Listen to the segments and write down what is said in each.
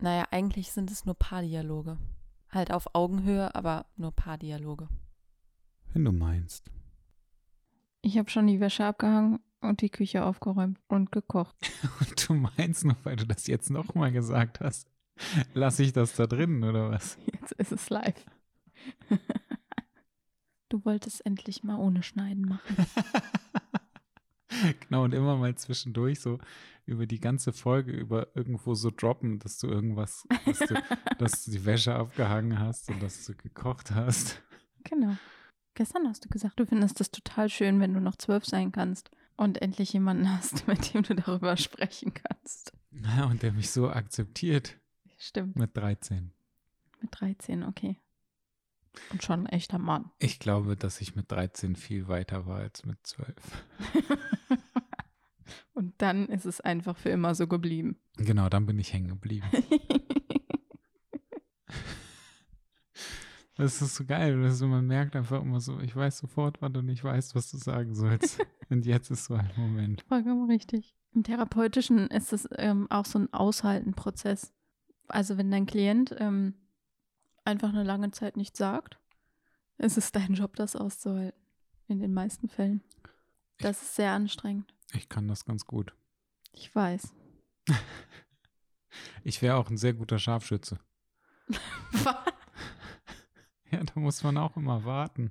Naja, eigentlich sind es nur Paardialoge. Halt auf Augenhöhe, aber nur Paardialoge. Wenn du meinst. Ich habe schon die Wäsche abgehangen und die Küche aufgeräumt und gekocht. Und du meinst noch, weil du das jetzt nochmal gesagt hast, lasse ich das da drin oder was? Jetzt ist es live. Du wolltest endlich mal ohne Schneiden machen. Genau, und immer mal zwischendurch so über die ganze Folge über irgendwo so droppen, dass du irgendwas, dass du die Wäsche abgehangen hast und dass du gekocht hast. Genau. Gestern hast du gesagt, du findest es total schön, wenn du noch 12 sein kannst und endlich jemanden hast, mit dem du darüber sprechen kannst. Ja, und der mich so akzeptiert. Stimmt. Mit 13. Mit 13, okay. Und schon ein echter Mann. Ich glaube, dass ich mit 13 viel weiter war als mit 12. Und dann ist es einfach für immer so geblieben. Genau, dann bin ich hängen geblieben. Das ist so geil, also man merkt einfach immer so, ich weiß sofort, wann du nicht weißt, was du sagen sollst. Und jetzt ist so ein Moment. Vollkommen richtig. Im Therapeutischen ist es auch so ein Aushalten-Prozess. Also wenn dein Klient einfach eine lange Zeit nichts sagt, ist es dein Job, das auszuhalten. In den meisten Fällen. Das ist sehr anstrengend. Ich kann das ganz gut. Ich weiß. Ich wäre auch ein sehr guter Scharfschütze. Was? Ja, da muss man auch immer warten.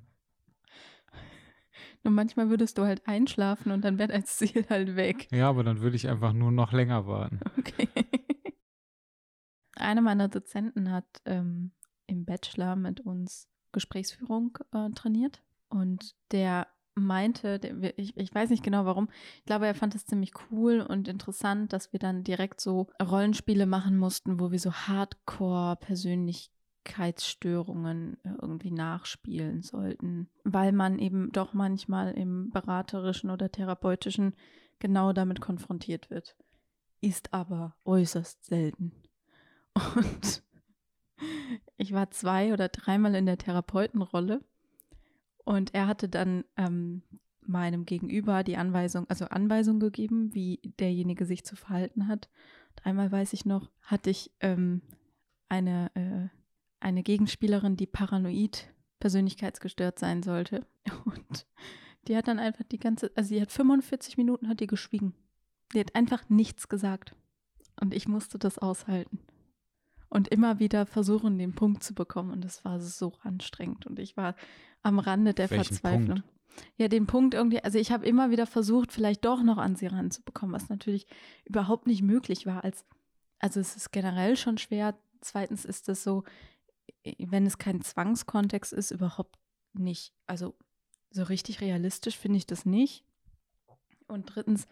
Und manchmal würdest du halt einschlafen und dann wäre dein Ziel halt weg. Ja, aber dann würde ich einfach nur noch länger warten. Okay. Einer meiner Dozenten hat im Bachelor mit uns Gesprächsführung trainiert und der meinte, ich weiß nicht genau warum, ich glaube, er fand es ziemlich cool und interessant, dass wir dann direkt so Rollenspiele machen mussten, wo wir so Hardcore-Persönlichkeitsstörungen irgendwie nachspielen sollten, weil man eben doch manchmal im beraterischen oder therapeutischen genau damit konfrontiert wird. Ist aber äußerst selten. Und ich war 2 oder 3-mal in der Therapeutenrolle und er hatte dann meinem Gegenüber die Anweisung gegeben, wie derjenige sich zu verhalten hat. Und einmal weiß ich noch, hatte ich eine Gegenspielerin, die paranoid persönlichkeitsgestört sein sollte. Und die hat dann einfach die hat 45 Minuten hat die geschwiegen. Die hat einfach nichts gesagt. Und ich musste das aushalten. Und immer wieder versuchen, den Punkt zu bekommen. Und das war so anstrengend. Und ich war am Rande der Verzweiflung. Punkt? Ja, den Punkt irgendwie, also ich habe immer wieder versucht, vielleicht doch noch an sie ranzubekommen, was natürlich überhaupt nicht möglich war. Also es ist generell schon schwer. Zweitens ist es so, wenn es kein Zwangskontext ist, überhaupt nicht. Also so richtig realistisch finde ich das nicht. Und drittens,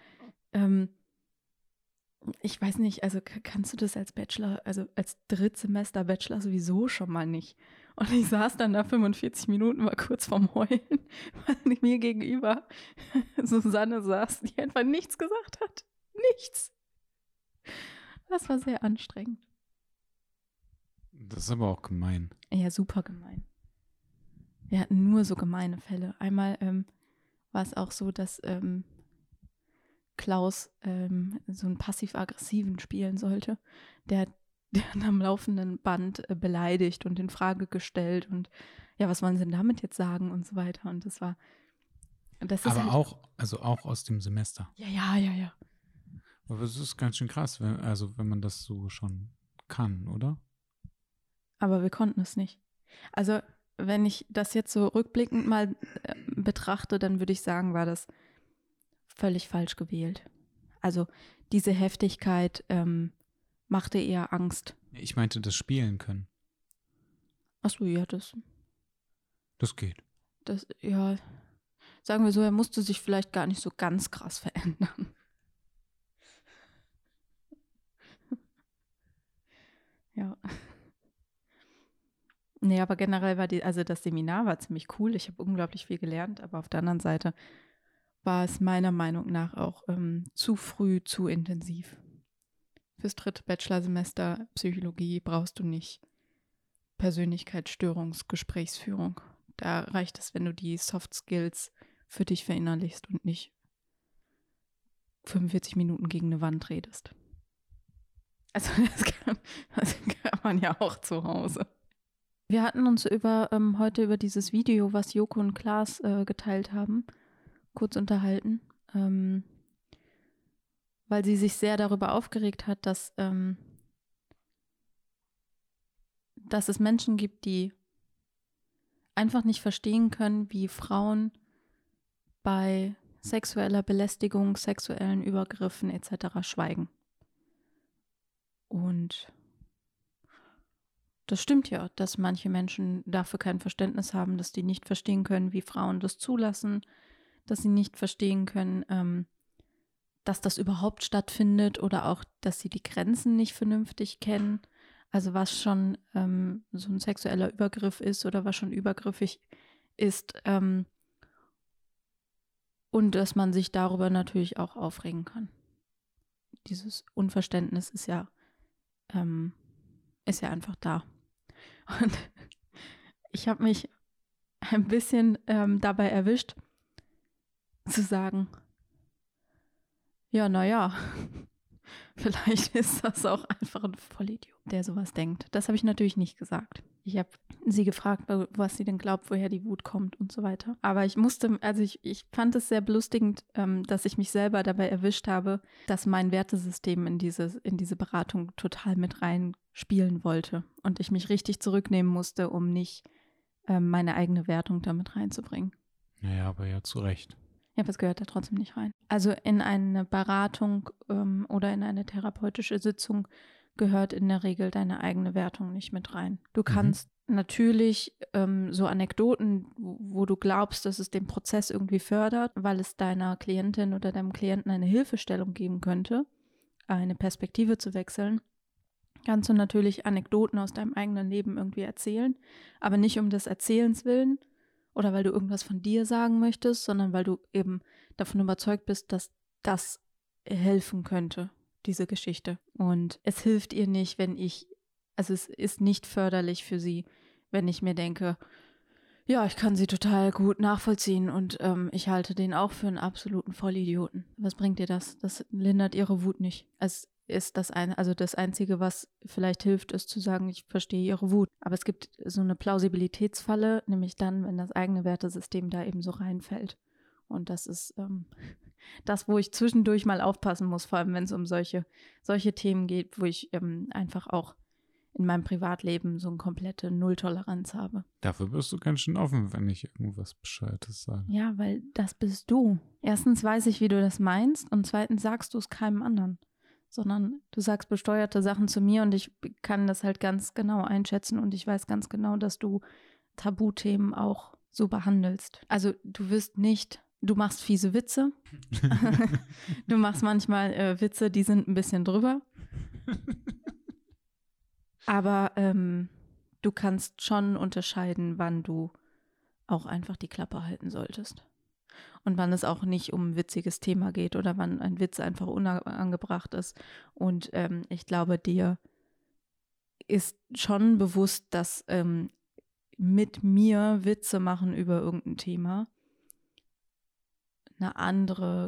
ich weiß nicht, also kannst du das als Bachelor, also als Drittsemester Bachelor sowieso schon mal nicht. Und ich saß dann da 45 Minuten, war kurz vorm Heulen, weil mir gegenüber Susanne saß, die einfach nichts gesagt hat. Nichts. Das war sehr anstrengend. Das ist aber auch gemein. Ja, super gemein. Wir hatten nur so gemeine Fälle. Einmal war es auch so, dass Klaus so einen passiv-aggressiven spielen sollte. Der hat am laufenden Band beleidigt und in Frage gestellt und ja, was wollen Sie denn damit jetzt sagen und so weiter. Und das ist Aber halt auch aus dem Semester. Ja. Aber es ist ganz schön krass, wenn man das so schon kann, oder? Aber wir konnten es nicht. Also wenn ich das jetzt so rückblickend mal betrachte, dann würde ich sagen, war das völlig falsch gewählt. Also diese Heftigkeit machte eher Angst. Ich meinte das Spielen können. Achso, ja, das geht. Ja, sagen wir so, er musste sich vielleicht gar nicht so ganz krass verändern. Ja. Nee, aber generell war das Seminar war ziemlich cool. Ich habe unglaublich viel gelernt, aber auf der anderen Seite war es meiner Meinung nach auch zu früh, zu intensiv. Fürs 3. Bachelorsemester Psychologie brauchst du nicht Persönlichkeitsstörungsgesprächsführung. Da reicht es, wenn du die Soft Skills für dich verinnerlichst und nicht 45 Minuten gegen eine Wand redest. Also das kann man ja auch zu Hause. Wir hatten uns heute über dieses Video, was Joko und Klaas geteilt haben, kurz unterhalten, weil sie sich sehr darüber aufgeregt hat, dass es Menschen gibt, die einfach nicht verstehen können, wie Frauen bei sexueller Belästigung, sexuellen Übergriffen etc. schweigen. Und das stimmt ja, dass manche Menschen dafür kein Verständnis haben, dass die nicht verstehen können, wie Frauen das zulassen, dass sie nicht verstehen können, dass das überhaupt stattfindet oder auch, dass sie die Grenzen nicht vernünftig kennen. Also was schon so ein sexueller Übergriff ist oder was schon übergriffig ist. Und dass man sich darüber natürlich auch aufregen kann. Dieses Unverständnis ist ja einfach da. Und ich habe mich ein bisschen dabei erwischt, zu sagen, ja, naja, vielleicht ist das auch einfach ein Vollidiot, der sowas denkt. Das habe ich natürlich nicht gesagt. Ich habe sie gefragt, was sie denn glaubt, woher die Wut kommt und so weiter. Aber ich fand es sehr belustigend, dass ich mich selber dabei erwischt habe, dass mein Wertesystem in diese Beratung total mit reinspielen wollte. Und ich mich richtig zurücknehmen musste, um nicht meine eigene Wertung damit reinzubringen. Naja, aber ja, zu Recht. Ja, aber es gehört da trotzdem nicht rein. Also in eine Beratung oder in eine therapeutische Sitzung gehört in der Regel deine eigene Wertung nicht mit rein. Du kannst natürlich so Anekdoten, wo du glaubst, dass es den Prozess irgendwie fördert, weil es deiner Klientin oder deinem Klienten eine Hilfestellung geben könnte, eine Perspektive zu wechseln, kannst du natürlich Anekdoten aus deinem eigenen Leben irgendwie erzählen, aber nicht um des Erzählens willen, oder weil du irgendwas von dir sagen möchtest, sondern weil du eben davon überzeugt bist, dass das helfen könnte, diese Geschichte. Und es hilft ihr nicht, es ist nicht förderlich für sie, wenn ich mir denke, ja, ich kann sie total gut nachvollziehen und ich halte den auch für einen absoluten Vollidioten. Was bringt ihr das? Das lindert ihre Wut nicht. Es ist das Einzige, was vielleicht hilft, ist zu sagen, ich verstehe ihre Wut. Aber es gibt so eine Plausibilitätsfalle, nämlich dann, wenn das eigene Wertesystem da eben so reinfällt. Und das ist das, wo ich zwischendurch mal aufpassen muss, vor allem wenn es um solche Themen geht, wo ich einfach auch in meinem Privatleben so eine komplette Nulltoleranz habe. Dafür bist du ganz schön offen, wenn ich irgendwas Bescheuertes sage. Ja, weil das bist du. Erstens weiß ich, wie du das meinst und zweitens sagst du es keinem anderen, sondern du sagst besteuerte Sachen zu mir und ich kann das halt ganz genau einschätzen und ich weiß ganz genau, dass du Tabuthemen auch so behandelst. Also du machst fiese Witze, du machst manchmal Witze, die sind ein bisschen drüber, aber du kannst schon unterscheiden, wann du auch einfach die Klappe halten solltest. Und wann es auch nicht um ein witziges Thema geht oder wann ein Witz einfach unangebracht ist. Und ich glaube, dir ist schon bewusst, dass mit mir Witze machen über irgendein Thema eine andere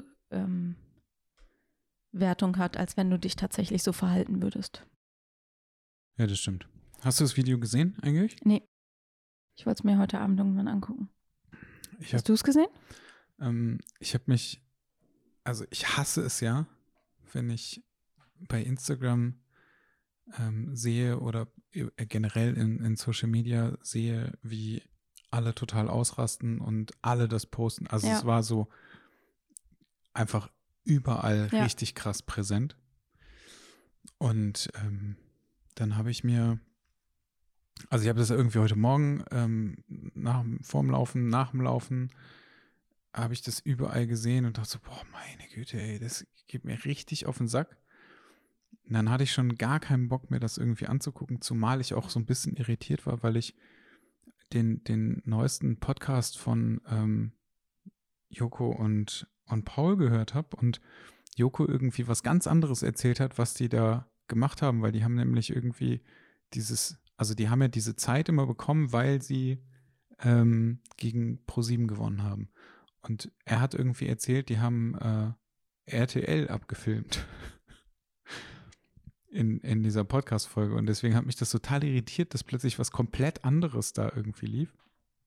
Wertung hat, als wenn du dich tatsächlich so verhalten würdest. Ja, das stimmt. Hast du das Video gesehen eigentlich? Nee. Ich wollte es mir heute Abend irgendwann angucken. Hast du es gesehen? Ich hasse es ja, wenn ich bei Instagram sehe oder generell in Social Media sehe, wie alle total ausrasten und alle das posten. Also es war so einfach überall richtig krass präsent. Und dann habe ich mir, also ich habe das irgendwie heute Morgen vorm Laufen, nach dem Laufen, habe ich das überall gesehen und dachte so, boah, meine Güte, ey, das geht mir richtig auf den Sack. Und dann hatte ich schon gar keinen Bock mehr, das irgendwie anzugucken, zumal ich auch so ein bisschen irritiert war, weil ich den neuesten Podcast von Joko und Paul gehört habe und Joko irgendwie was ganz anderes erzählt hat, was die da gemacht haben, weil die haben nämlich irgendwie die haben ja diese Zeit immer bekommen, weil sie gegen ProSieben gewonnen haben. Und er hat irgendwie erzählt, die haben RTL abgefilmt. in dieser Podcast-Folge. Und deswegen hat mich das total irritiert, dass plötzlich was komplett anderes da irgendwie lief.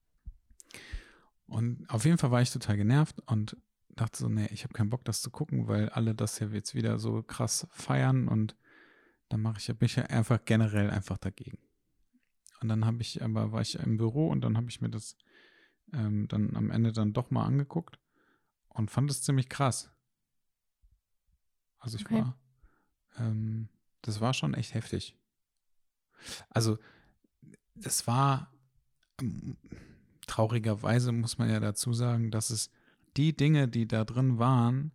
Und auf jeden Fall war ich total genervt und dachte so, nee, ich habe keinen Bock, das zu gucken, weil alle das ja jetzt wieder so krass feiern und dann bin ich ja einfach generell einfach dagegen. Und dann war ich im Büro und dann habe ich mir das dann am Ende dann doch mal angeguckt und fand es ziemlich krass. Also das war schon echt heftig. Also das war, traurigerweise muss man ja dazu sagen, dass es die Dinge, die da drin waren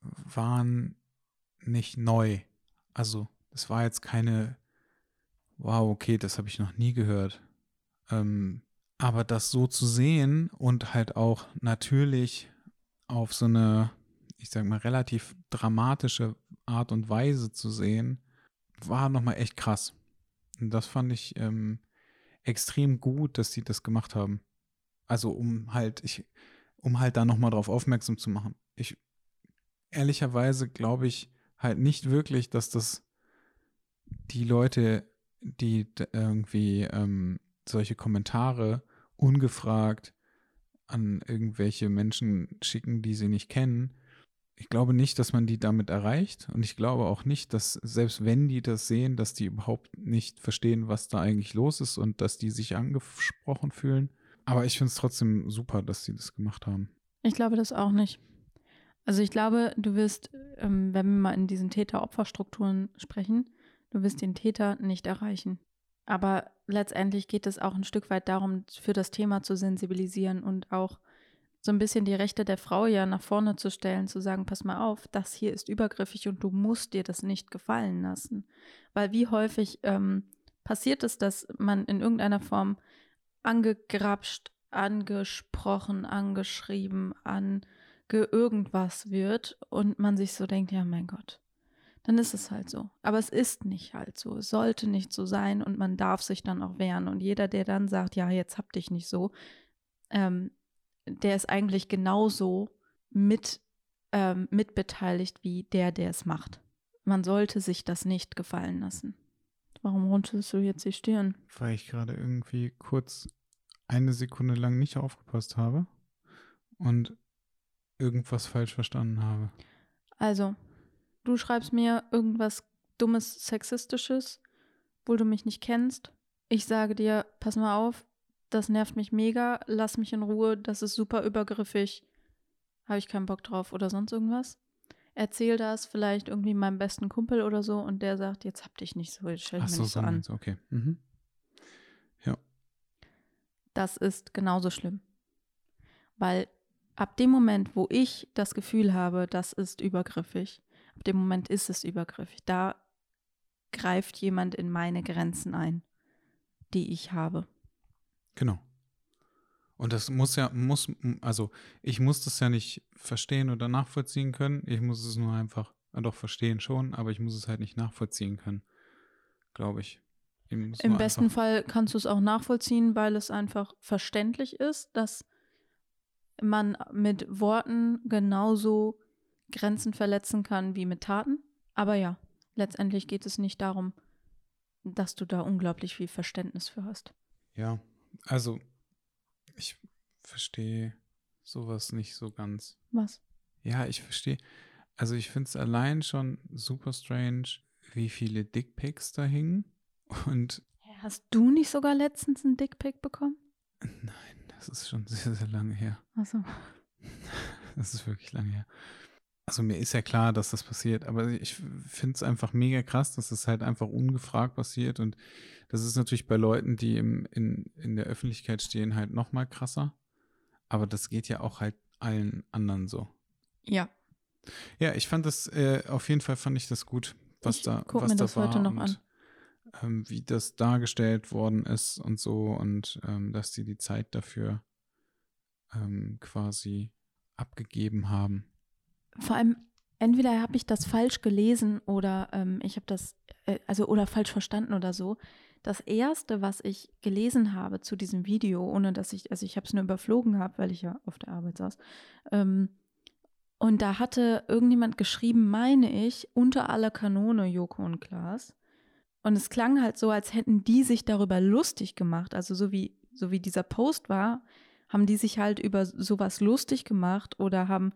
nicht neu. Also es war jetzt keine, wow, okay, das habe ich noch nie gehört. Aber das so zu sehen und halt auch natürlich auf so eine, ich sag mal, relativ dramatische Art und Weise zu sehen, war nochmal echt krass. Und das fand ich extrem gut, dass sie das gemacht haben. Also um halt da nochmal drauf aufmerksam zu machen. Ehrlicherweise glaube ich halt nicht wirklich, dass das die Leute, die irgendwie solche Kommentare ungefragt an irgendwelche Menschen schicken, die sie nicht kennen. Ich glaube nicht, dass man die damit erreicht und ich glaube auch nicht, dass selbst wenn die das sehen, dass die überhaupt nicht verstehen, was da eigentlich los ist und dass die sich angesprochen fühlen. Aber ich finde es trotzdem super, dass sie das gemacht haben. Ich glaube das auch nicht. Also ich glaube, du wirst, wenn wir mal in diesen Täter-Opfer-Strukturen sprechen, du wirst den Täter nicht erreichen. Aber letztendlich geht es auch ein Stück weit darum, für das Thema zu sensibilisieren und auch so ein bisschen die Rechte der Frau ja nach vorne zu stellen, zu sagen, pass mal auf, das hier ist übergriffig und du musst dir das nicht gefallen lassen. Weil wie häufig passiert es, dass man in irgendeiner Form angegrapscht, angesprochen, angeschrieben, irgendwas wird und man sich so denkt, ja mein Gott, dann ist es halt so. Aber es ist nicht halt so. Es sollte nicht so sein und man darf sich dann auch wehren. Und jeder, der dann sagt, ja, jetzt hab dich nicht so, der ist eigentlich genauso mitbeteiligt wie der es macht. Man sollte sich das nicht gefallen lassen. Warum runzelst du jetzt die Stirn? Weil ich gerade irgendwie kurz eine Sekunde lang nicht aufgepasst habe und irgendwas falsch verstanden habe. Also, du schreibst mir irgendwas Dummes, Sexistisches, obwohl du mich nicht kennst. Ich sage dir, pass mal auf, das nervt mich mega, lass mich in Ruhe, das ist super übergriffig, habe ich keinen Bock drauf oder sonst irgendwas. Erzähl das vielleicht irgendwie meinem besten Kumpel oder so und der sagt, jetzt hab dich nicht so, jetzt stell dich mir nicht so an. Okay. Mhm. Ja. Das ist genauso schlimm. Weil ab dem Moment, wo ich das Gefühl habe, das ist übergriffig, ab dem Moment ist es übergriffig. Da greift jemand in meine Grenzen ein, die ich habe. Genau. Und das also ich muss das ja nicht verstehen oder nachvollziehen können. Ich muss es nur einfach, doch verstehen schon, aber ich muss es halt nicht nachvollziehen können, glaube ich. Im besten Fall kannst du es auch nachvollziehen, weil es einfach verständlich ist, dass man mit Worten genauso Grenzen verletzen kann wie mit Taten. Aber ja, letztendlich geht es nicht darum, dass du da unglaublich viel Verständnis für hast. Ja, also ich verstehe sowas nicht so ganz. Was? Ja, ich verstehe. Also ich finde es allein schon super strange, wie viele Dickpics da hingen. Und hast du nicht sogar letztens einen Dickpic bekommen? Nein, das ist schon sehr, sehr lange her. Ach so. Das ist wirklich lange her. Also mir ist ja klar, dass das passiert, aber ich finde es einfach mega krass, dass es halt einfach ungefragt passiert und das ist natürlich bei Leuten, die in der Öffentlichkeit stehen, halt noch mal krasser, aber das geht ja auch halt allen anderen so. Ja. Ja, ich fand das, auf jeden Fall fand ich das gut, was da das war heute noch und wie das dargestellt worden ist und so und dass die Zeit dafür quasi abgegeben haben. Vor allem, entweder habe ich das falsch gelesen oder ich habe das, oder falsch verstanden oder so. Das Erste, was ich gelesen habe zu diesem Video, ohne dass ich habe es nur überflogen habe, weil ich ja auf der Arbeit saß, und da hatte irgendjemand geschrieben, meine ich, unter aller Kanone, Joko und Klaas, Und es klang halt so, als hätten die sich darüber lustig gemacht. Also so wie dieser Post war, haben die sich halt über sowas lustig gemacht oder haben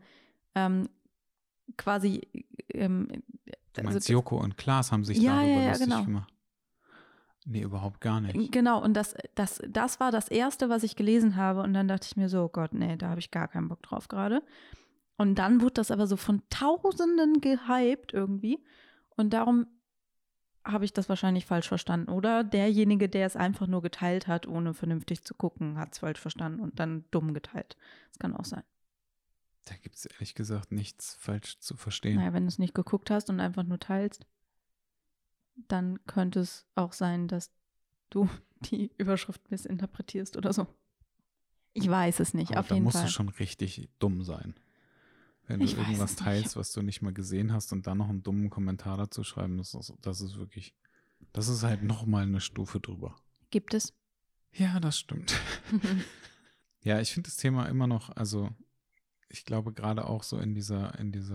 quasi Du meinst, Joko und Klaas haben sich darüber lustig gemacht? Nee, überhaupt gar nicht. Genau, und das war das Erste, was ich gelesen habe. Und dann dachte ich mir so, oh Gott, nee, da habe ich gar keinen Bock drauf gerade. Und dann wurde das aber so von Tausenden gehypt irgendwie. Und darum habe ich das wahrscheinlich falsch verstanden. Oder derjenige, der es einfach nur geteilt hat, ohne vernünftig zu gucken, hat es falsch verstanden und dann dumm geteilt. Das kann auch sein. Da gibt es ehrlich gesagt nichts falsch zu verstehen. Naja, wenn du es nicht geguckt hast und einfach nur teilst, dann könnte es auch sein, dass du die Überschrift missinterpretierst oder so. Ich weiß es nicht, aber auf jeden Fall. Da musst du schon richtig dumm sein. Wenn du irgendwas teilst, was du nicht mal gesehen hast und dann noch einen dummen Kommentar dazu schreiben, das ist halt nochmal eine Stufe drüber. Gibt es? Ja, das stimmt. Ja, ich finde das Thema immer noch, also ich glaube gerade auch so in dieser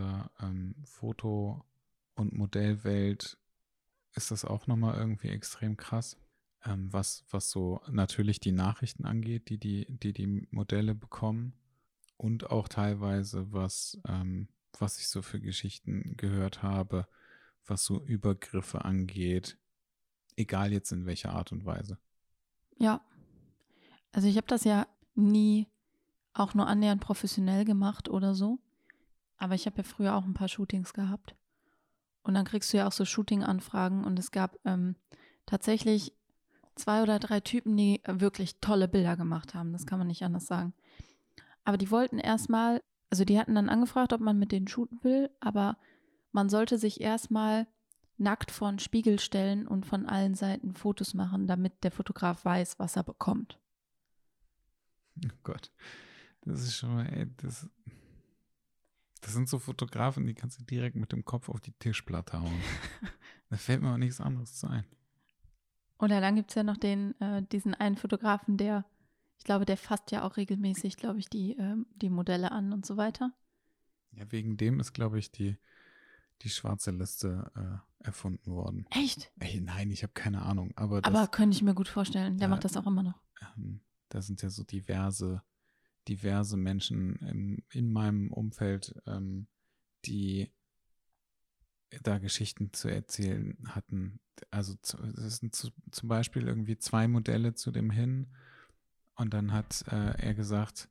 Foto- und Modellwelt ist das auch nochmal irgendwie extrem krass, was so natürlich die Nachrichten angeht, die Modelle bekommen und auch teilweise was ich so für Geschichten gehört habe, was so Übergriffe angeht, egal jetzt in welcher Art und Weise. Ja, also ich habe das ja nie auch nur annähernd professionell gemacht oder so, aber ich habe ja früher auch ein paar Shootings gehabt und dann kriegst du ja auch so Shooting-Anfragen und es gab tatsächlich 2 oder 3 Typen, die wirklich tolle Bilder gemacht haben, das kann man nicht anders sagen. Aber die wollten erstmal, also die hatten dann angefragt, ob man mit denen shooten will, aber man sollte sich erstmal nackt vor einen Spiegel stellen und von allen Seiten Fotos machen, damit der Fotograf weiß, was er bekommt. Oh Gott, das ist schon mal, das sind so Fotografen, die kannst du direkt mit dem Kopf auf die Tischplatte hauen. Da fällt mir auch nichts anderes zu ein. Oder dann gibt es ja noch diesen einen Fotografen, ich glaube, der fasst ja auch regelmäßig, glaube ich, die Modelle an und so weiter. Ja, wegen dem ist, glaube ich, die schwarze Liste erfunden worden. Echt? Nein, ich habe keine Ahnung. Aber könnte ich mir gut vorstellen, der macht das auch immer noch. Da sind ja so diverse Menschen in meinem Umfeld, die da Geschichten zu erzählen hatten. Also es sind zum Beispiel irgendwie 2 Modelle zu dem hin und dann hat er gesagt,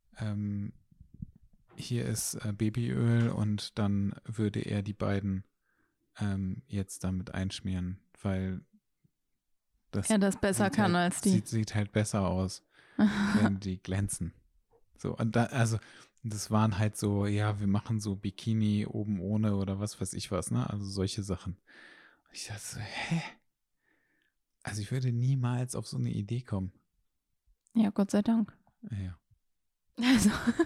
hier ist Babyöl und dann würde er die beiden jetzt damit einschmieren, weil das besser kann als die. Sieht halt besser aus, wenn die glänzen. So, und das waren halt so, ja, wir machen so Bikini oben ohne oder was weiß ich was, ne? Also solche Sachen. Und ich dachte so, hä? Also ich würde niemals auf so eine Idee kommen. Ja, Gott sei Dank. Ja. Also,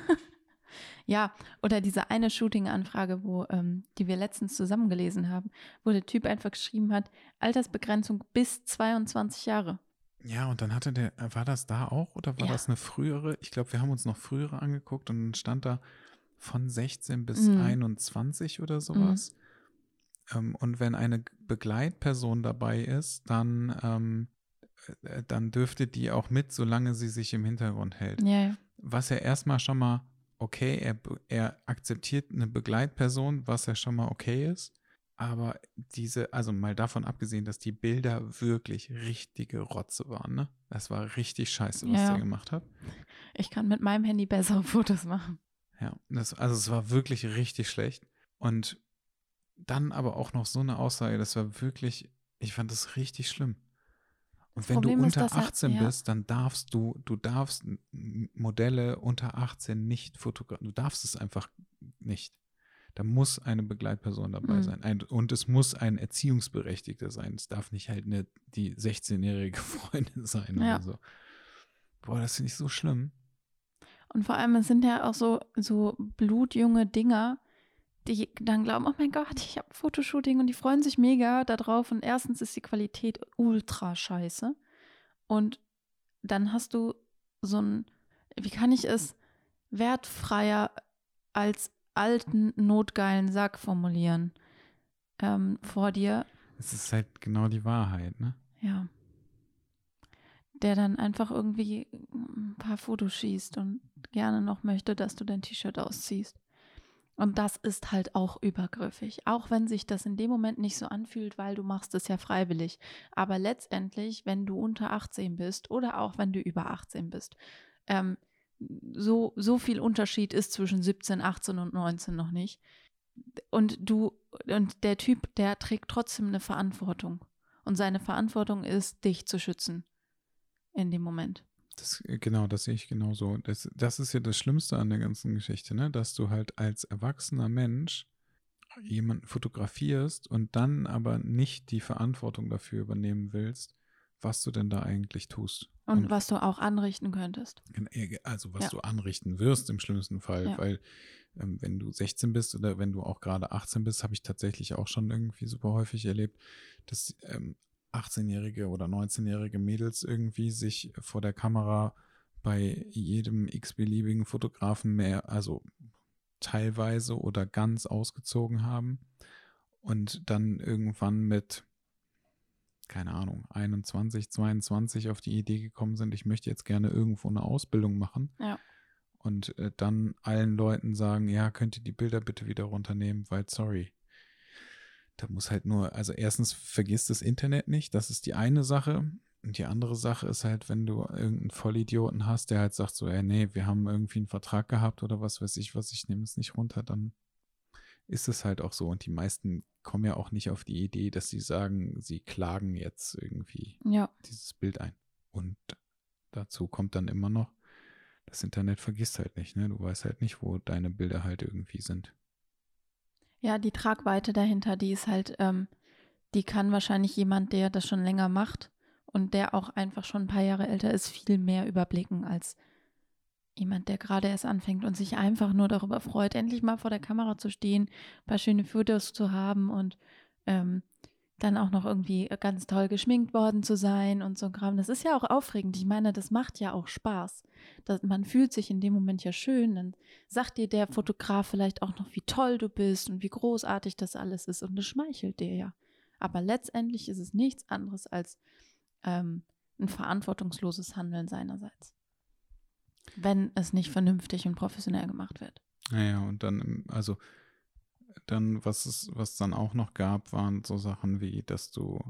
ja, oder diese eine Shooting-Anfrage, die wir letztens zusammen gelesen haben, wo der Typ einfach geschrieben hat, Altersbegrenzung bis 22 Jahre. Ja, und dann war das da auch oder war das eine frühere? Ich glaube, wir haben uns noch frühere angeguckt und dann stand da von 16 bis 21 oder sowas. Und wenn eine Begleitperson dabei ist, dann dürfte die auch mit, solange sie sich im Hintergrund hält. Ja. Was ja erstmal schon mal okay, er akzeptiert eine Begleitperson, was ja schon mal okay ist. Aber also mal davon abgesehen, dass die Bilder wirklich richtige Rotze waren, ne? Das war richtig scheiße, was der gemacht hat. Ich kann mit meinem Handy bessere Fotos machen. Ja, es war wirklich richtig schlecht. Und dann aber auch noch so eine Aussage, das war wirklich, ich fand das richtig schlimm. Und wenn du unter 18 bist, dann darfst du Modelle unter 18 nicht fotografieren. Du darfst es einfach nicht. Da muss eine Begleitperson dabei sein. Und es muss ein Erziehungsberechtigter sein. Es darf nicht halt die 16-jährige Freundin sein oder so. Boah, das finde ich so schlimm. Und vor allem, es sind ja auch so blutjunge Dinger, die dann glauben, oh mein Gott, ich habe ein Fotoshooting und die freuen sich mega darauf. Und erstens ist die Qualität ultra scheiße. Und dann hast du so wie kann ich es wertfreier als alten, notgeilen Sack formulieren vor dir. Es ist halt genau die Wahrheit, ne? Ja. Der dann einfach irgendwie ein paar Fotos schießt und gerne noch möchte, dass du dein T-Shirt ausziehst. Und das ist halt auch übergriffig, auch wenn sich das in dem Moment nicht so anfühlt, weil du machst es ja freiwillig. Aber letztendlich, wenn du unter 18 bist oder auch wenn du über 18 bist, so viel Unterschied ist zwischen 17, 18 und 19 noch nicht. Und der Typ, der trägt trotzdem eine Verantwortung. Und seine Verantwortung ist, dich zu schützen in dem Moment. Das sehe ich genauso. Das ist ja das Schlimmste an der ganzen Geschichte, ne? Dass du halt als erwachsener Mensch jemanden fotografierst und dann aber nicht die Verantwortung dafür übernehmen willst, was du denn da eigentlich tust. Und was du auch anrichten könntest. Also was du anrichten wirst im schlimmsten Fall, weil wenn du 16 bist oder wenn du auch gerade 18 bist, habe ich tatsächlich auch schon irgendwie super häufig erlebt, dass 18-jährige oder 19-jährige Mädels irgendwie sich vor der Kamera bei jedem x-beliebigen Fotografen also teilweise oder ganz ausgezogen haben und dann irgendwann mit, keine Ahnung, 21, 22 auf die Idee gekommen sind, ich möchte jetzt gerne irgendwo eine Ausbildung machen. Ja. Und dann allen Leuten sagen, ja, könnt ihr die Bilder bitte wieder runternehmen, weil sorry. Da muss halt nur, also erstens vergiss das Internet nicht, das ist die eine Sache. Und die andere Sache ist halt, wenn du irgendeinen Vollidioten hast, der halt sagt so, nee, wir haben irgendwie einen Vertrag gehabt oder was weiß ich was, ich nehme es nicht runter, dann ist es halt auch so. Und die meisten kommen ja auch nicht auf die Idee, dass sie sagen, sie klagen jetzt irgendwie dieses Bild ein. Und dazu kommt dann immer noch, das Internet vergisst halt nicht, ne? Du weißt halt nicht, wo deine Bilder halt irgendwie sind. Ja, die Tragweite dahinter, die ist halt, die kann wahrscheinlich jemand, der das schon länger macht und der auch einfach schon ein paar Jahre älter ist, viel mehr überblicken als jemand, der gerade erst anfängt und sich einfach nur darüber freut, endlich mal vor der Kamera zu stehen, ein paar schöne Fotos zu haben und dann auch noch irgendwie ganz toll geschminkt worden zu sein und so Kram. Das ist ja auch aufregend. Ich meine, das macht ja auch Spaß. Man fühlt sich in dem Moment ja schön. Dann sagt dir der Fotograf vielleicht auch noch, wie toll du bist und wie großartig das alles ist. Und das schmeichelt dir ja. Aber letztendlich ist es nichts anderes als ein verantwortungsloses Handeln seinerseits. Wenn es nicht vernünftig und professionell gemacht wird. Naja, und dann, was dann auch noch gab, waren so Sachen wie, dass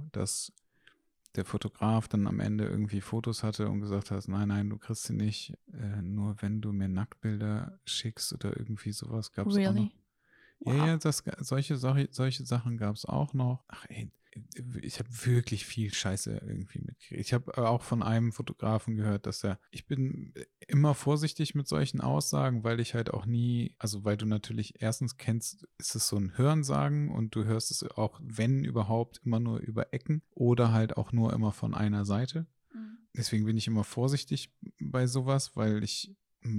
der Fotograf dann am Ende irgendwie Fotos hatte und gesagt hat, nein, du kriegst sie nicht, nur wenn du mir Nacktbilder schickst oder irgendwie sowas gab es auch noch. Wow. Ja, solche Sachen gab es auch noch. Ach ey, ich habe wirklich viel Scheiße irgendwie mitgekriegt. Ich habe auch von einem Fotografen gehört, ich bin immer vorsichtig mit solchen Aussagen, weil ich halt auch nie, also weil du natürlich erstens kennst, ist es so ein Hörensagen und du hörst es auch, wenn überhaupt, immer nur über Ecken oder halt auch nur immer von einer Seite. Mhm. Deswegen bin ich immer vorsichtig bei sowas, weil ich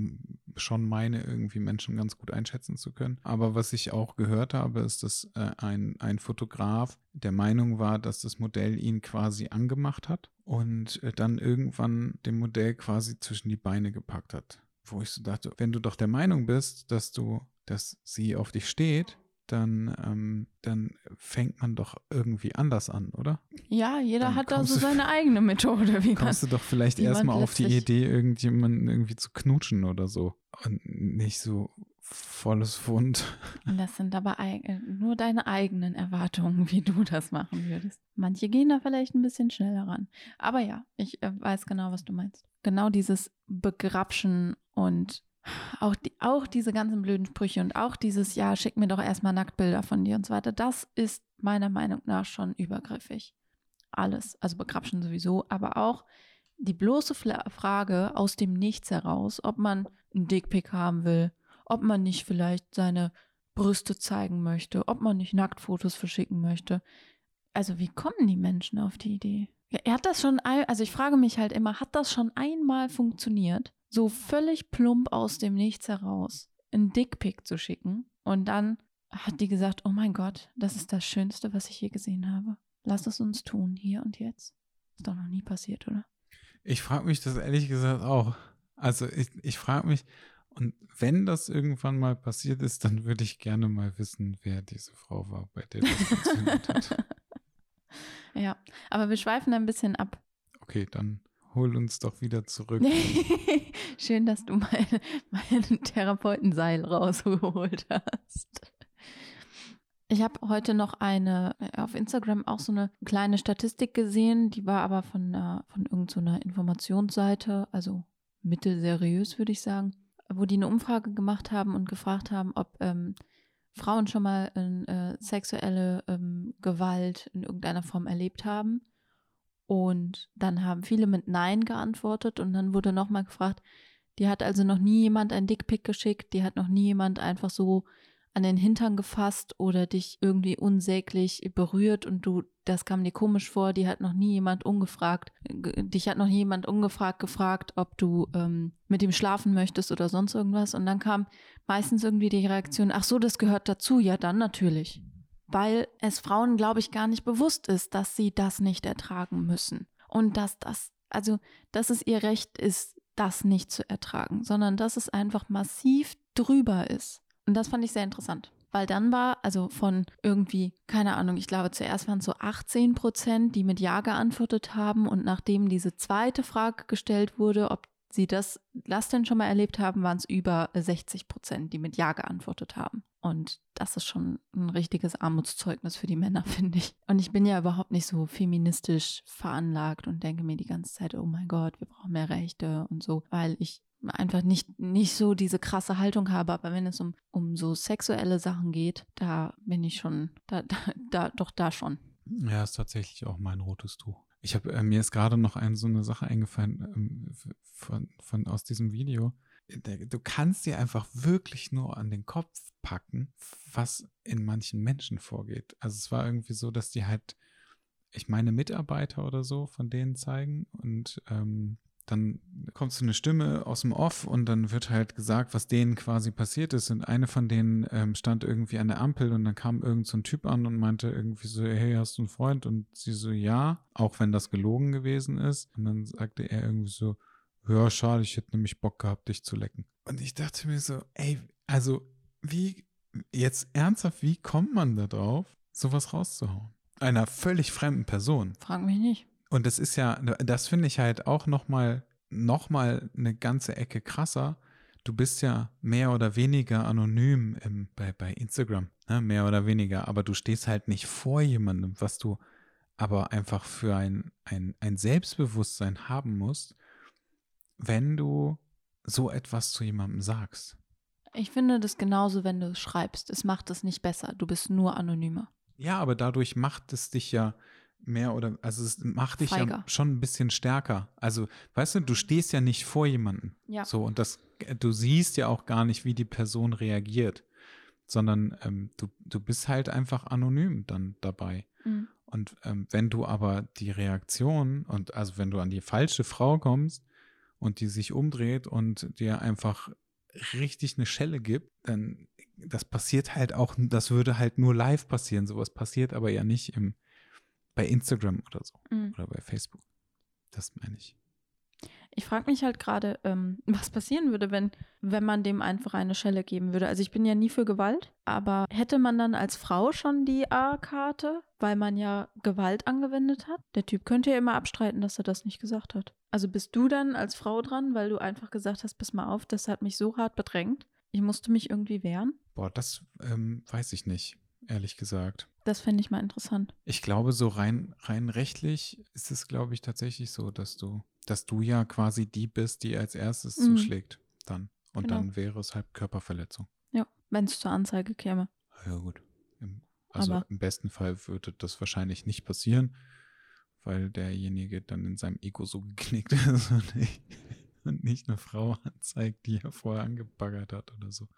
schon meine, irgendwie Menschen ganz gut einschätzen zu können. Aber was ich auch gehört habe, ist, dass ein Fotograf der Meinung war, dass das Modell ihn quasi angemacht hat und dann irgendwann dem Modell quasi zwischen die Beine gepackt hat. Wo ich so dachte, wenn du doch der Meinung bist, dass sie auf dich steht, dann fängt man doch irgendwie anders an, oder? Ja, jeder hat da so seine eigene Methode. Kommst du doch vielleicht erstmal auf die Idee, irgendjemanden irgendwie zu knutschen oder so. Und nicht so volles Pfund. Das sind aber nur deine eigenen Erwartungen, wie du das machen würdest. Manche gehen da vielleicht ein bisschen schneller ran. Aber ja, ich weiß genau, was du meinst. Genau dieses Begrapschen und auch diese ganzen blöden Sprüche und auch dieses, ja, schick mir doch erstmal Nacktbilder von dir und so weiter, das ist meiner Meinung nach schon übergriffig. Alles, also Begrapschen sowieso, aber auch die bloße Frage aus dem Nichts heraus, ob man einen Dickpic haben will, ob man nicht vielleicht seine Brüste zeigen möchte, ob man nicht Nacktfotos verschicken möchte. Also wie kommen die Menschen auf die Idee? Ja, also ich frage mich halt immer, hat das schon einmal funktioniert? So völlig plump aus dem Nichts heraus einen Dickpic zu schicken und dann hat die gesagt, oh mein Gott, das ist das Schönste, was ich je gesehen habe. Lass es uns tun, hier und jetzt. Ist doch noch nie passiert, oder? Ich frage mich das ehrlich gesagt auch. Also ich frage mich, und wenn das irgendwann mal passiert ist, dann würde ich gerne mal wissen, wer diese Frau war, bei der das funktioniert hat. Ja, aber wir schweifen ein bisschen ab. Okay, dann hol uns doch wieder zurück. Schön, dass du mein Therapeutenseil rausgeholt hast. Ich habe heute noch auf Instagram auch so eine kleine Statistik gesehen, die war aber von irgendeiner Informationsseite, also mittelseriös, würde ich sagen, wo die eine Umfrage gemacht haben und gefragt haben, ob Frauen schon mal sexuelle Gewalt in irgendeiner Form erlebt haben. Und dann haben viele mit Nein geantwortet und dann wurde nochmal gefragt, die hat also noch nie jemand ein Dickpic geschickt, die hat noch nie jemand einfach so an den Hintern gefasst oder dich irgendwie unsäglich berührt und das kam dir komisch vor, dich hat noch nie jemand ungefragt gefragt, ob du mit ihm schlafen möchtest oder sonst irgendwas. Und dann kam meistens irgendwie die Reaktion, ach so, das gehört dazu, ja dann natürlich. Weil es Frauen, glaube ich, gar nicht bewusst ist, dass sie das nicht ertragen müssen. Und dass es ihr Recht ist, das nicht zu ertragen, sondern dass es einfach massiv drüber ist. Und das fand ich sehr interessant. Weil dann war, also von irgendwie, keine Ahnung, ich glaube zuerst waren es so 18%, die mit Ja geantwortet haben. Und nachdem diese zweite Frage gestellt wurde, ob sie das denn schon mal erlebt haben, waren es über 60%, die mit Ja geantwortet haben. Und das ist schon ein richtiges Armutszeugnis für die Männer, finde ich. Und ich bin ja überhaupt nicht so feministisch veranlagt und denke mir die ganze Zeit, oh mein Gott, wir brauchen mehr Rechte und so, weil ich einfach nicht so diese krasse Haltung habe. Aber wenn es um so sexuelle Sachen geht, da bin ich schon, da schon. Ja, ist tatsächlich auch mein rotes Tuch. Mir ist gerade noch so eine Sache eingefallen von aus diesem Video. Du kannst dir einfach wirklich nur an den Kopf packen, was in manchen Menschen vorgeht. Also es war irgendwie so, dass die halt, ich meine, Mitarbeiter oder so von denen zeigen und dann kommt so eine Stimme aus dem Off und dann wird halt gesagt, was denen quasi passiert ist. Und eine von denen stand irgendwie an der Ampel und dann kam irgend so ein Typ an und meinte irgendwie so, hey, hast du einen Freund? Und sie so, ja, auch wenn das gelogen gewesen ist. Und dann sagte er irgendwie so, ja, schade, ich hätte nämlich Bock gehabt, dich zu lecken. Und ich dachte mir so, ey, also jetzt ernsthaft, wie kommt man da drauf, sowas rauszuhauen? Einer völlig fremden Person. Frag mich nicht. Und das finde ich halt auch nochmal eine ganze Ecke krasser. Du bist ja mehr oder weniger anonym bei Instagram, ne? Mehr oder weniger, aber du stehst halt nicht vor jemandem, was du aber einfach für ein Selbstbewusstsein haben musst, wenn du so etwas zu jemandem sagst. Ich finde das genauso, wenn du es schreibst. Es macht es nicht besser. Du bist nur anonymer. Ja, aber dadurch macht es dich ja also es macht dich Feiger. ja schon ein bisschen stärker. Also, weißt du stehst ja nicht vor jemandem. Ja. So, und du siehst ja auch gar nicht, wie die Person reagiert, sondern du bist halt einfach anonym dann dabei. Mhm. Und wenn du aber die Reaktion also wenn du an die falsche Frau kommst und die sich umdreht und dir einfach richtig eine Schelle gibt, dann das passiert halt auch, das würde halt nur live passieren. Sowas passiert aber ja nicht bei Instagram oder so oder bei Facebook. Das meine ich. Ich frage mich halt gerade, was passieren würde, wenn man dem einfach eine Schelle geben würde. Also ich bin ja nie für Gewalt, aber hätte man dann als Frau schon die A-Karte, weil man ja Gewalt angewendet hat? Der Typ könnte ja immer abstreiten, dass er das nicht gesagt hat. Also bist du dann als Frau dran, weil du einfach gesagt hast, pass mal auf, das hat mich so hart bedrängt. Ich musste mich irgendwie wehren. Boah, das weiß ich nicht, ehrlich gesagt. Das fände ich mal interessant. Ich glaube, so rein rechtlich ist es, glaube ich, tatsächlich so, dass du ja quasi die bist, die als erstes zuschlägt dann. Und Genau. dann wäre es halt Körperverletzung. Ja, wenn es zur Anzeige käme. Ja, gut. Also im besten Fall würde das wahrscheinlich nicht passieren, weil derjenige dann in seinem Ego so geknickt ist und nicht eine Frau anzeigt, die er vorher angebaggert hat oder so.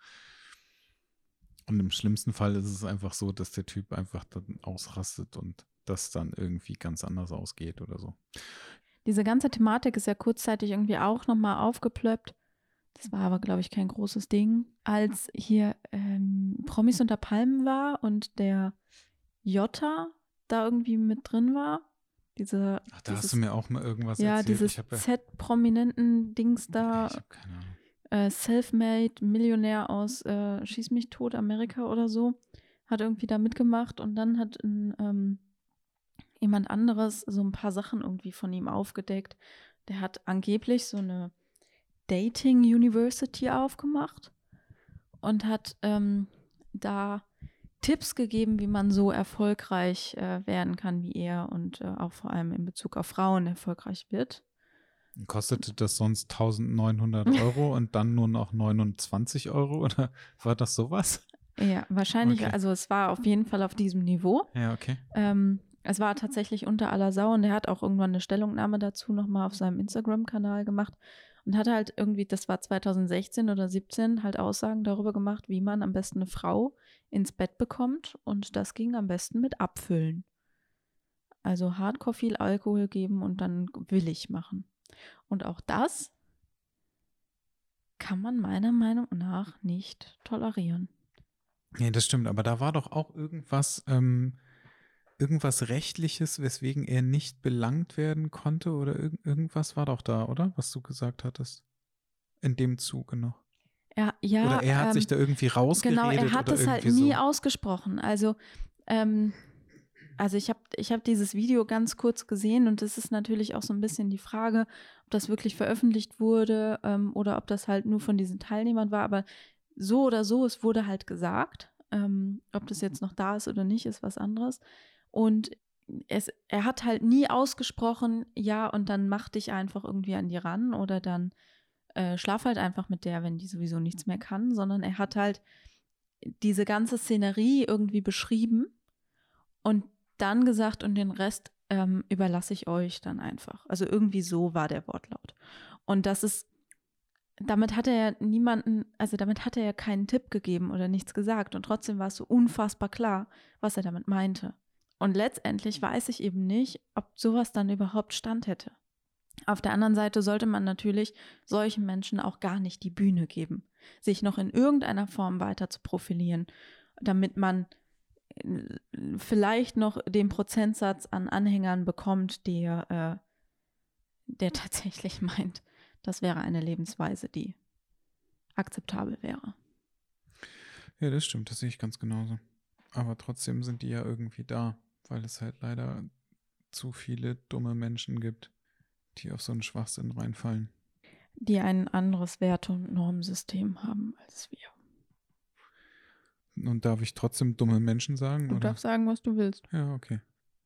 Und im schlimmsten Fall ist es einfach so, dass der Typ einfach dann ausrastet und das dann irgendwie ganz anders ausgeht oder so. Diese ganze Thematik ist ja kurzzeitig irgendwie auch nochmal aufgeplöppt. Das war aber, glaube ich, kein großes Ding. Als hier Promis unter Palmen war und der Jota da irgendwie mit drin war. Hast du mir auch mal irgendwas erzählt. Ja, dieses Z-Prominenten-Dings da. Ich habe keine Ahnung. Selfmade, Millionär aus Schieß mich tot, Amerika oder so, hat irgendwie da mitgemacht und dann hat jemand anderes so ein paar Sachen irgendwie von ihm aufgedeckt. Der hat angeblich so eine Dating University aufgemacht und hat da Tipps gegeben, wie man so erfolgreich werden kann wie er und auch vor allem in Bezug auf Frauen erfolgreich wird. Kostete das sonst 1.900 € und dann nur noch 29 € oder war das sowas? Ja, wahrscheinlich, Okay. also es war auf jeden Fall auf diesem Niveau. Ja, okay. Es war tatsächlich unter aller Sau und er hat auch irgendwann eine Stellungnahme dazu nochmal auf seinem Instagram-Kanal gemacht und hat halt irgendwie, das war 2016 oder 17, halt Aussagen darüber gemacht, wie man am besten eine Frau ins Bett bekommt und das ging am besten mit Abfüllen. Also hardcore viel Alkohol geben und dann willig machen. Und auch das kann man meiner Meinung nach nicht tolerieren. Nee, das stimmt, aber da war doch auch irgendwas Rechtliches, weswegen er nicht belangt werden konnte oder irgendwas war doch da, oder? Was du gesagt hattest. In dem Zuge noch. Ja, Oder er hat sich da irgendwie rausgeredet genau, er hat oder es halt irgendwie nie so. ausgesprochen. Also ich hab dieses Video ganz kurz gesehen und es ist natürlich auch so ein bisschen die Frage, ob das wirklich veröffentlicht wurde oder ob das halt nur von diesen Teilnehmern war. Aber so oder so, es wurde halt gesagt. Ob das jetzt noch da ist oder nicht, ist was anderes. Und er hat halt nie ausgesprochen, ja, und dann mach dich einfach irgendwie an die ran oder dann schlaf halt einfach mit der, wenn die sowieso nichts mehr kann, sondern er hat halt diese ganze Szenerie irgendwie beschrieben und dann gesagt, und den Rest überlasse ich euch dann einfach. Also irgendwie so war der Wortlaut. Und damit hat er ja keinen Tipp gegeben oder nichts gesagt. Und trotzdem war es so unfassbar klar, was er damit meinte. Und letztendlich weiß ich eben nicht, ob sowas dann überhaupt Stand hätte. Auf der anderen Seite sollte man natürlich solchen Menschen auch gar nicht die Bühne geben, sich noch in irgendeiner Form weiter zu profilieren, damit man vielleicht noch den Prozentsatz an Anhängern bekommt, der tatsächlich meint, das wäre eine Lebensweise, die akzeptabel wäre. Ja, das stimmt, das sehe ich ganz genauso. Aber trotzdem sind die ja irgendwie da, weil es halt leider zu viele dumme Menschen gibt, die auf so einen Schwachsinn reinfallen. Die ein anderes Werte- und Normensystem haben als wir. Und darf ich trotzdem dumme Menschen sagen? Du oder? darfst sagen, was du willst. Ja, okay.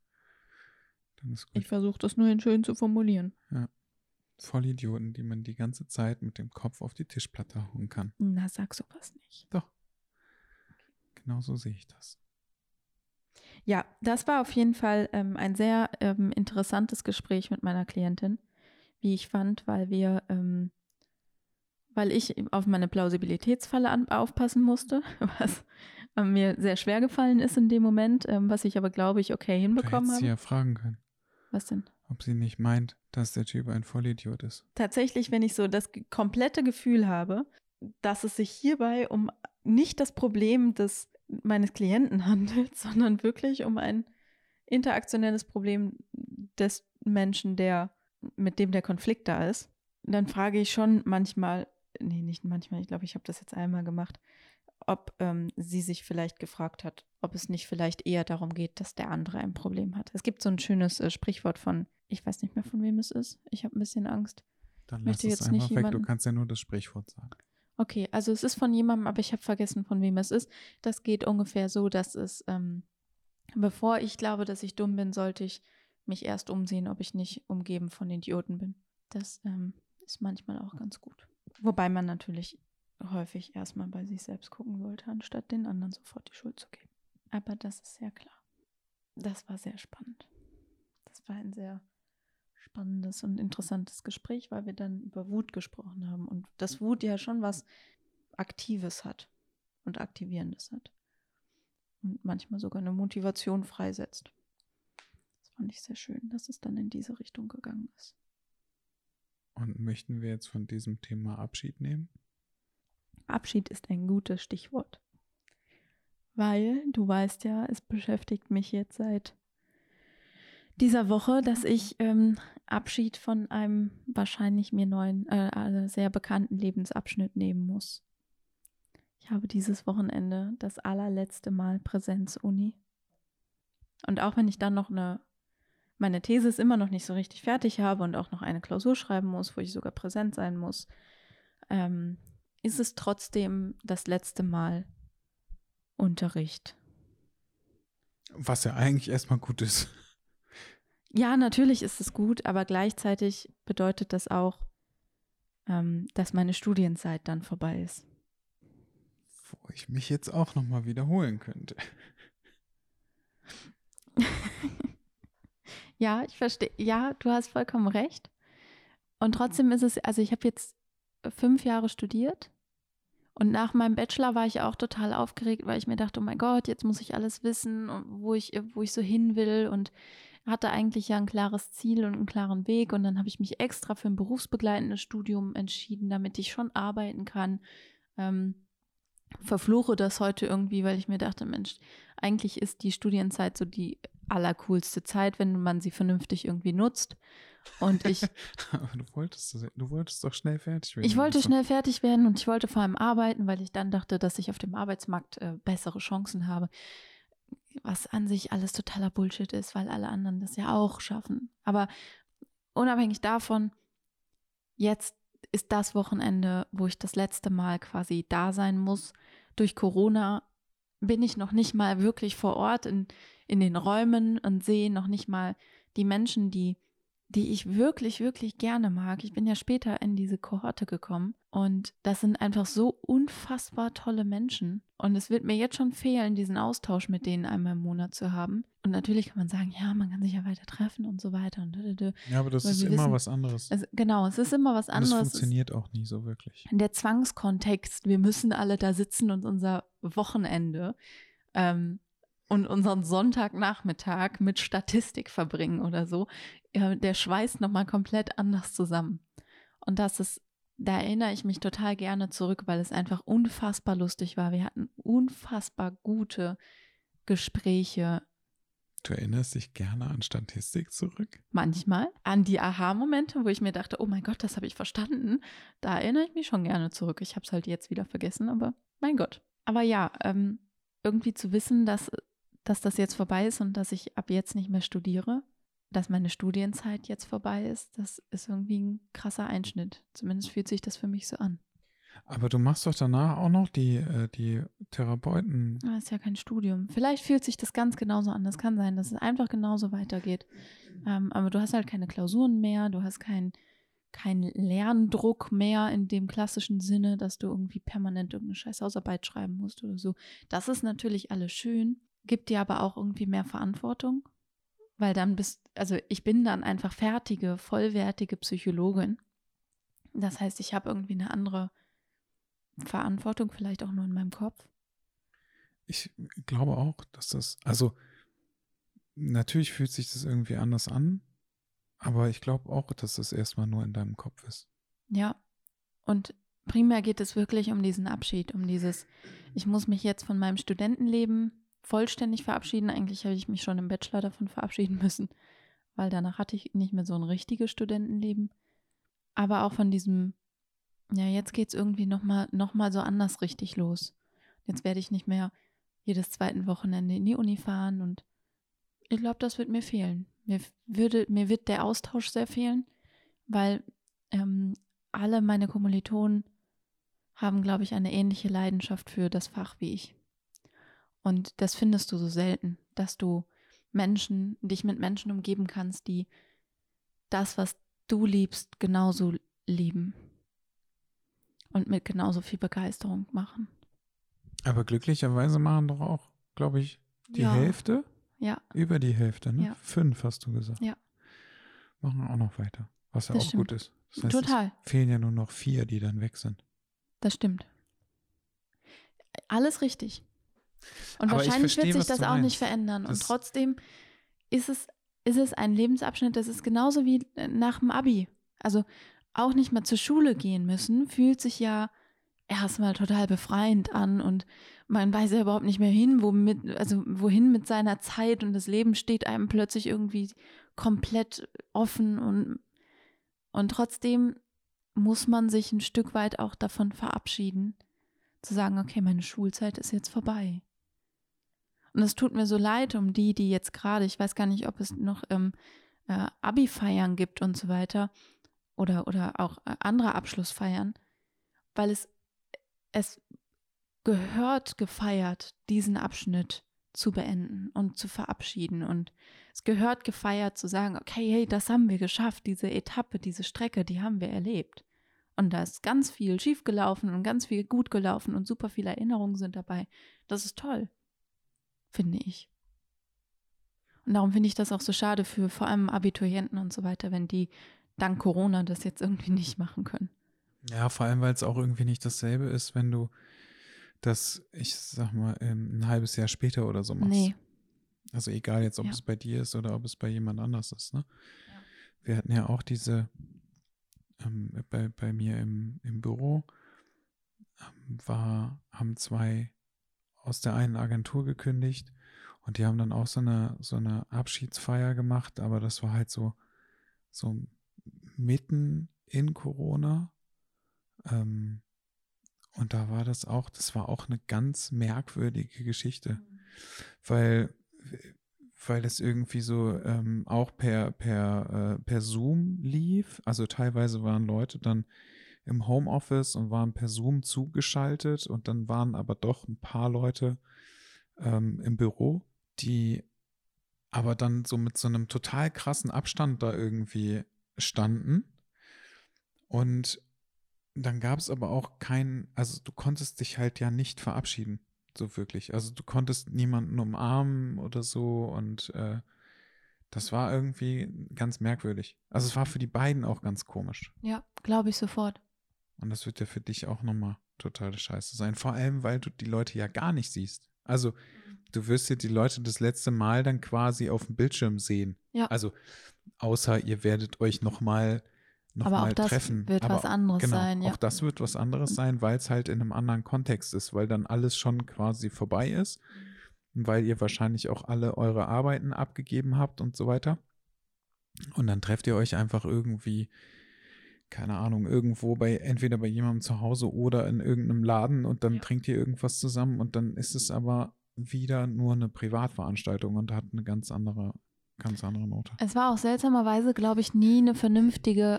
Dann ist gut. Ich versuche das nur schön zu formulieren. Ja. Vollidioten, die man die ganze Zeit mit dem Kopf auf die Tischplatte hauen kann. Na, sag sowas nicht. Doch. Genau so sehe ich das. Ja, das war auf jeden Fall ein sehr interessantes Gespräch mit meiner Klientin, wie ich fand, weil ich auf meine Plausibilitätsfalle aufpassen musste, was mir sehr schwer gefallen ist in dem Moment, was ich aber, glaube ich, okay Du hinbekommen hättest sie habe. ja fragen können, Was denn? ob sie nicht meint, dass der Typ ein Vollidiot ist. Tatsächlich, wenn ich so das komplette Gefühl habe, dass es sich hierbei um nicht das Problem meines Klienten handelt, sondern wirklich um ein interaktionelles Problem des Menschen, mit dem der Konflikt da ist, dann frage ich schon manchmal, nee, nicht manchmal, ich glaube, ich habe das jetzt einmal gemacht, ob sie sich vielleicht gefragt hat, ob es nicht vielleicht eher darum geht, dass der andere ein Problem hat. Es gibt so ein schönes Sprichwort von, ich weiß nicht mehr, von wem es ist. Ich habe ein bisschen Angst. Dann Möchte lass es jetzt nicht einfach weg, du jemanden- kannst ja nur das Sprichwort sagen. Okay, also es ist von jemandem, aber ich habe vergessen, von wem es ist. Das geht ungefähr so, dass es, bevor ich glaube, dass ich dumm bin, sollte ich mich erst umsehen, ob ich nicht umgeben von Idioten bin. Das ist manchmal auch ganz gut. Wobei man natürlich häufig erstmal bei sich selbst gucken sollte, anstatt den anderen sofort die Schuld zu geben. Aber das ist sehr klar. Das war sehr spannend. Das war ein sehr spannendes und interessantes Gespräch, weil wir dann über Wut gesprochen haben und dass Wut ja schon was Aktives hat und Aktivierendes hat und manchmal sogar eine Motivation freisetzt. Das fand ich sehr schön, dass es dann in diese Richtung gegangen ist. Und möchten wir jetzt von diesem Thema Abschied nehmen? Abschied ist ein gutes Stichwort, weil du weißt ja, es beschäftigt mich jetzt seit dieser Woche, dass ich Abschied von einem wahrscheinlich mir neuen, sehr bekannten Lebensabschnitt nehmen muss. Ich habe dieses Wochenende das allerletzte Mal Präsenzuni. Und auch wenn ich dann noch eine meine Thesis immer noch nicht so richtig fertig habe und auch noch eine Klausur schreiben muss, wo ich sogar präsent sein muss, ist es trotzdem das letzte Mal Unterricht. Was ja eigentlich erstmal gut ist. Ja, natürlich ist es gut, aber gleichzeitig bedeutet das auch, dass meine Studienzeit dann vorbei ist. Wo ich mich jetzt auch nochmal wiederholen könnte. Ja, ich verstehe. Ja, du hast vollkommen recht. Und trotzdem ist es, also ich habe jetzt 5 Jahre studiert und nach meinem Bachelor war ich auch total aufgeregt, weil ich mir dachte, oh mein Gott, jetzt muss ich alles wissen, und wo ich so hin will, und hatte eigentlich ja ein klares Ziel und einen klaren Weg, und dann habe ich mich extra für ein berufsbegleitendes Studium entschieden, damit ich schon arbeiten kann. Verfluche das heute irgendwie, weil ich mir dachte, Mensch, eigentlich ist die Studienzeit so die allercoolste Zeit, wenn man sie vernünftig irgendwie nutzt. Und Aber du wolltest doch schnell fertig werden. ich wollte schnell fertig werden und ich wollte vor allem arbeiten, weil ich dann dachte, dass ich auf dem Arbeitsmarkt bessere Chancen habe. Was an sich alles totaler Bullshit ist, weil alle anderen das ja auch schaffen. Aber unabhängig davon, jetzt ist das Wochenende, wo ich das letzte Mal quasi da sein muss. Durch Corona bin ich noch nicht mal wirklich vor Ort in den Räumen und sehe noch nicht mal die Menschen, die ich wirklich, wirklich gerne mag. Ich bin ja später in diese Kohorte gekommen und das sind einfach so unfassbar tolle Menschen. Und es wird mir jetzt schon fehlen, diesen Austausch mit denen einmal im Monat zu haben. Und natürlich kann man sagen, ja, man kann sich ja weiter treffen und so weiter. Ja, aber das ist immer was anderes. Genau, es ist immer was anderes. Und es funktioniert auch nie so wirklich. Der Zwangskontext, wir müssen alle da sitzen und unser Wochenende und unseren Sonntagnachmittag mit Statistik verbringen oder so, der schweißt nochmal komplett anders zusammen. Und da erinnere ich mich total gerne zurück, weil es einfach unfassbar lustig war. Wir hatten unfassbar gute Gespräche. Du erinnerst dich gerne an Statistik zurück? Manchmal an die Aha-Momente, wo ich mir dachte, oh mein Gott, das habe ich verstanden. Da erinnere ich mich schon gerne zurück. Ich habe es halt jetzt wieder vergessen, aber mein Gott. Aber ja, irgendwie zu wissen, dass das jetzt vorbei ist und dass ich ab jetzt nicht mehr studiere, dass meine Studienzeit jetzt vorbei ist, das ist irgendwie ein krasser Einschnitt. Zumindest fühlt sich das für mich so an. Aber du machst doch danach auch noch die Therapeuten. Das ist ja kein Studium. Vielleicht fühlt sich das ganz genauso an. Das kann sein, dass es einfach genauso weitergeht. Aber du hast halt keine Klausuren mehr, du hast keinen Lerndruck mehr in dem klassischen Sinne, dass du irgendwie permanent irgendeine scheiß Hausarbeit schreiben musst oder so. Das ist natürlich alles schön, gibt dir aber auch irgendwie mehr Verantwortung, weil dann ich bin dann einfach fertige, vollwertige Psychologin. Das heißt, ich habe irgendwie eine andere Verantwortung, vielleicht auch nur in meinem Kopf. Ich glaube auch, dass natürlich fühlt sich das irgendwie anders an, aber ich glaube auch, dass das erstmal nur in deinem Kopf ist. Ja, und primär geht es wirklich um diesen Abschied, ich muss mich jetzt von meinem Studentenleben vollständig verabschieden. Eigentlich habe ich mich schon im Bachelor davon verabschieden müssen, weil danach hatte ich nicht mehr so ein richtiges Studentenleben. Aber auch von diesem, ja, jetzt geht es irgendwie noch mal so anders richtig los. Jetzt werde ich nicht mehr jedes zweite Wochenende in die Uni fahren und ich glaube, das wird mir fehlen. Mir wird der Austausch sehr fehlen, weil alle meine Kommilitonen haben, glaube ich, eine ähnliche Leidenschaft für das Fach wie ich. Und das findest du so selten, dass du dich mit Menschen umgeben kannst, die das, was du liebst, genauso lieben und mit genauso viel Begeisterung machen. Aber glücklicherweise machen doch auch, glaube ich, die Hälfte? Ja. Über die Hälfte, ne? Ja. 5 hast du gesagt. Ja. Machen auch noch weiter, was ja Das auch stimmt. gut ist. Das heißt, Total. es fehlen ja nur noch 4, die dann weg sind. Das stimmt. Alles richtig. Und Aber wahrscheinlich wird sich was das du auch meinst. nicht verändern. Und trotzdem ist es ein Lebensabschnitt, das ist genauso wie nach dem Abi. Also auch nicht mehr zur Schule gehen müssen, fühlt sich ja erstmal total befreiend an und man weiß ja überhaupt nicht mehr wohin mit seiner Zeit, und das Leben steht einem plötzlich irgendwie komplett offen und trotzdem muss man sich ein Stück weit auch davon verabschieden, zu sagen, okay, meine Schulzeit ist jetzt vorbei. Und es tut mir so leid um die jetzt gerade, ich weiß gar nicht, ob es noch Abi-Feiern gibt und so weiter oder auch andere Abschlussfeiern, weil es gehört gefeiert, diesen Abschnitt zu beenden und zu verabschieden. Und es gehört gefeiert zu sagen, okay, hey, das haben wir geschafft, diese Etappe, diese Strecke, die haben wir erlebt. Und da ist ganz viel schiefgelaufen und ganz viel gut gelaufen und super viele Erinnerungen sind dabei. Das ist toll, finde ich. Und darum finde ich das auch so schade für vor allem Abiturienten und so weiter, wenn die dank Corona das jetzt irgendwie nicht machen können. Ja, vor allem, weil es auch irgendwie nicht dasselbe ist, wenn du das, ich sag mal, ein halbes Jahr später oder so machst. Nee. Also egal jetzt, ob Ja. es bei dir ist oder ob es bei jemand anders ist, ne? Ja. Wir hatten ja auch diese, bei mir im Büro haben 2 aus der einen Agentur gekündigt und die haben dann auch so eine Abschiedsfeier gemacht, aber das war halt so mitten in Corona. Und da war das war auch eine ganz merkwürdige Geschichte, weil es irgendwie so auch per Zoom lief. Also teilweise waren Leute dann im Homeoffice und waren per Zoom zugeschaltet und dann waren aber doch ein paar Leute im Büro, die aber dann so mit so einem total krassen Abstand da irgendwie standen. Und dann gab es aber auch also du konntest dich halt ja nicht verabschieden, so wirklich. Also du konntest niemanden umarmen oder so und das war irgendwie ganz merkwürdig. Also es war für die beiden auch ganz komisch. Ja, glaube ich sofort. Und das wird ja für dich auch nochmal totale Scheiße sein. Vor allem, weil du die Leute ja gar nicht siehst. Also du wirst ja die Leute das letzte Mal dann quasi auf dem Bildschirm sehen. Ja. Also außer ihr werdet euch nochmal Aber auch das treffen. wird was anderes sein, ja. Auch das wird was anderes sein, weil es halt in einem anderen Kontext ist, weil dann alles schon quasi vorbei ist, weil ihr wahrscheinlich auch alle eure Arbeiten abgegeben habt und so weiter. Und dann trefft ihr euch einfach irgendwie, keine Ahnung, irgendwo entweder bei jemandem zu Hause oder in irgendeinem Laden und dann trinkt ihr irgendwas zusammen und dann ist es aber wieder nur eine Privatveranstaltung und hat eine ganz andere Note. Es war auch seltsamerweise, glaube ich, nie eine vernünftige,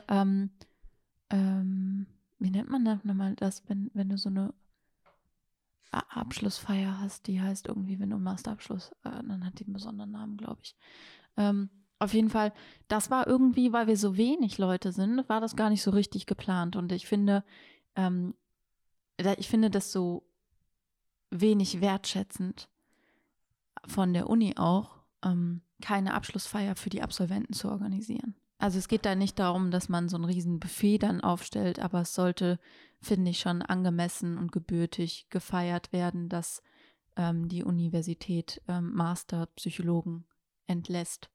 wie nennt man das nochmal, wenn du so eine Abschlussfeier hast, die heißt irgendwie, wenn du Masterabschluss, dann hat die einen besonderen Namen, glaube ich. Auf jeden Fall, das war irgendwie, weil wir so wenig Leute sind, war das gar nicht so richtig geplant. Und ich finde das so wenig wertschätzend von der Uni auch, keine Abschlussfeier für die Absolventen zu organisieren. Also es geht da nicht darum, dass man so ein riesen Buffet dann aufstellt, aber es sollte, finde ich, schon angemessen und gebürtig gefeiert werden, dass die Universität Masterpsychologen entlässt.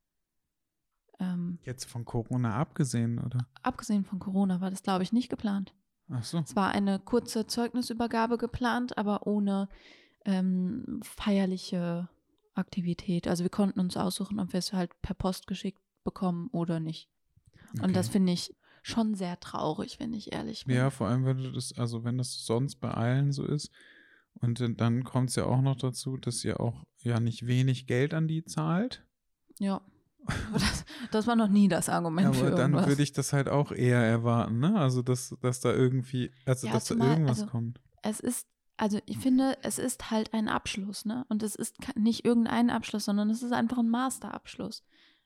Jetzt von Corona abgesehen, oder? Abgesehen von Corona war das, glaube ich, nicht geplant. Ach so. Es war eine kurze Zeugnisübergabe geplant, aber ohne feierliche Aktivität. Also wir konnten uns aussuchen, ob wir es halt per Post geschickt bekommen oder nicht. Okay. Und das finde ich schon sehr traurig, wenn ich ehrlich bin. Ja, vor allem, wenn das sonst bei allen so ist. Und dann kommt es ja auch noch dazu, dass ihr auch ja nicht wenig Geld an die zahlt. Ja. Das war noch nie das Argument für irgendwas. Aber dann würde ich das halt auch eher erwarten, ne? Also, dass da irgendwie, dass da irgendwas kommt. Ich finde, es ist halt ein Abschluss, ne? Und es ist nicht irgendein Abschluss, sondern es ist einfach ein Masterabschluss.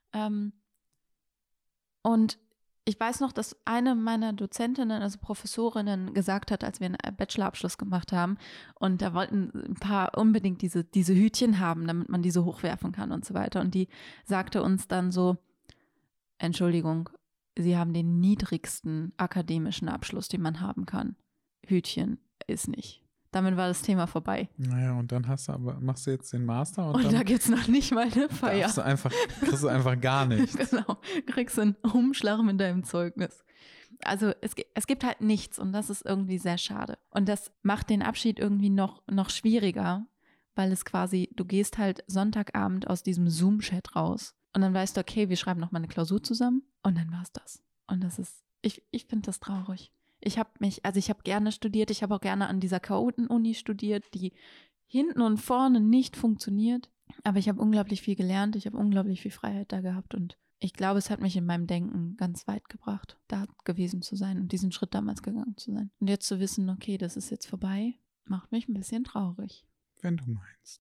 Und ich weiß noch, dass eine meiner Dozentinnen, also Professorinnen, gesagt hat, als wir einen Bachelorabschluss gemacht haben, und da wollten ein paar unbedingt diese Hütchen haben, damit man diese hochwerfen kann und so weiter. Und die sagte uns dann so, Entschuldigung, Sie haben den niedrigsten akademischen Abschluss, den man haben kann. Hütchen ist nicht. Damit war das Thema vorbei. Naja, und dann machst du jetzt den Master und da gibt es noch nicht mal eine Feier. Kriegst du einfach gar nichts. Genau, kriegst du einen Umschlag mit deinem Zeugnis. Also es gibt halt nichts und das ist irgendwie sehr schade. Und das macht den Abschied irgendwie noch schwieriger, weil es quasi, du gehst halt Sonntagabend aus diesem Zoom-Chat raus und dann weißt du, okay, wir schreiben noch mal eine Klausur zusammen und dann war's das. Und das ist, ich finde das traurig. Ich habe gerne studiert, ich habe auch gerne an dieser Chaoten-Uni studiert, die hinten und vorne nicht funktioniert, aber ich habe unglaublich viel gelernt, ich habe unglaublich viel Freiheit da gehabt und ich glaube, es hat mich in meinem Denken ganz weit gebracht, da gewesen zu sein und diesen Schritt damals gegangen zu sein. Und jetzt zu wissen, okay, das ist jetzt vorbei, macht mich ein bisschen traurig. Wenn du meinst.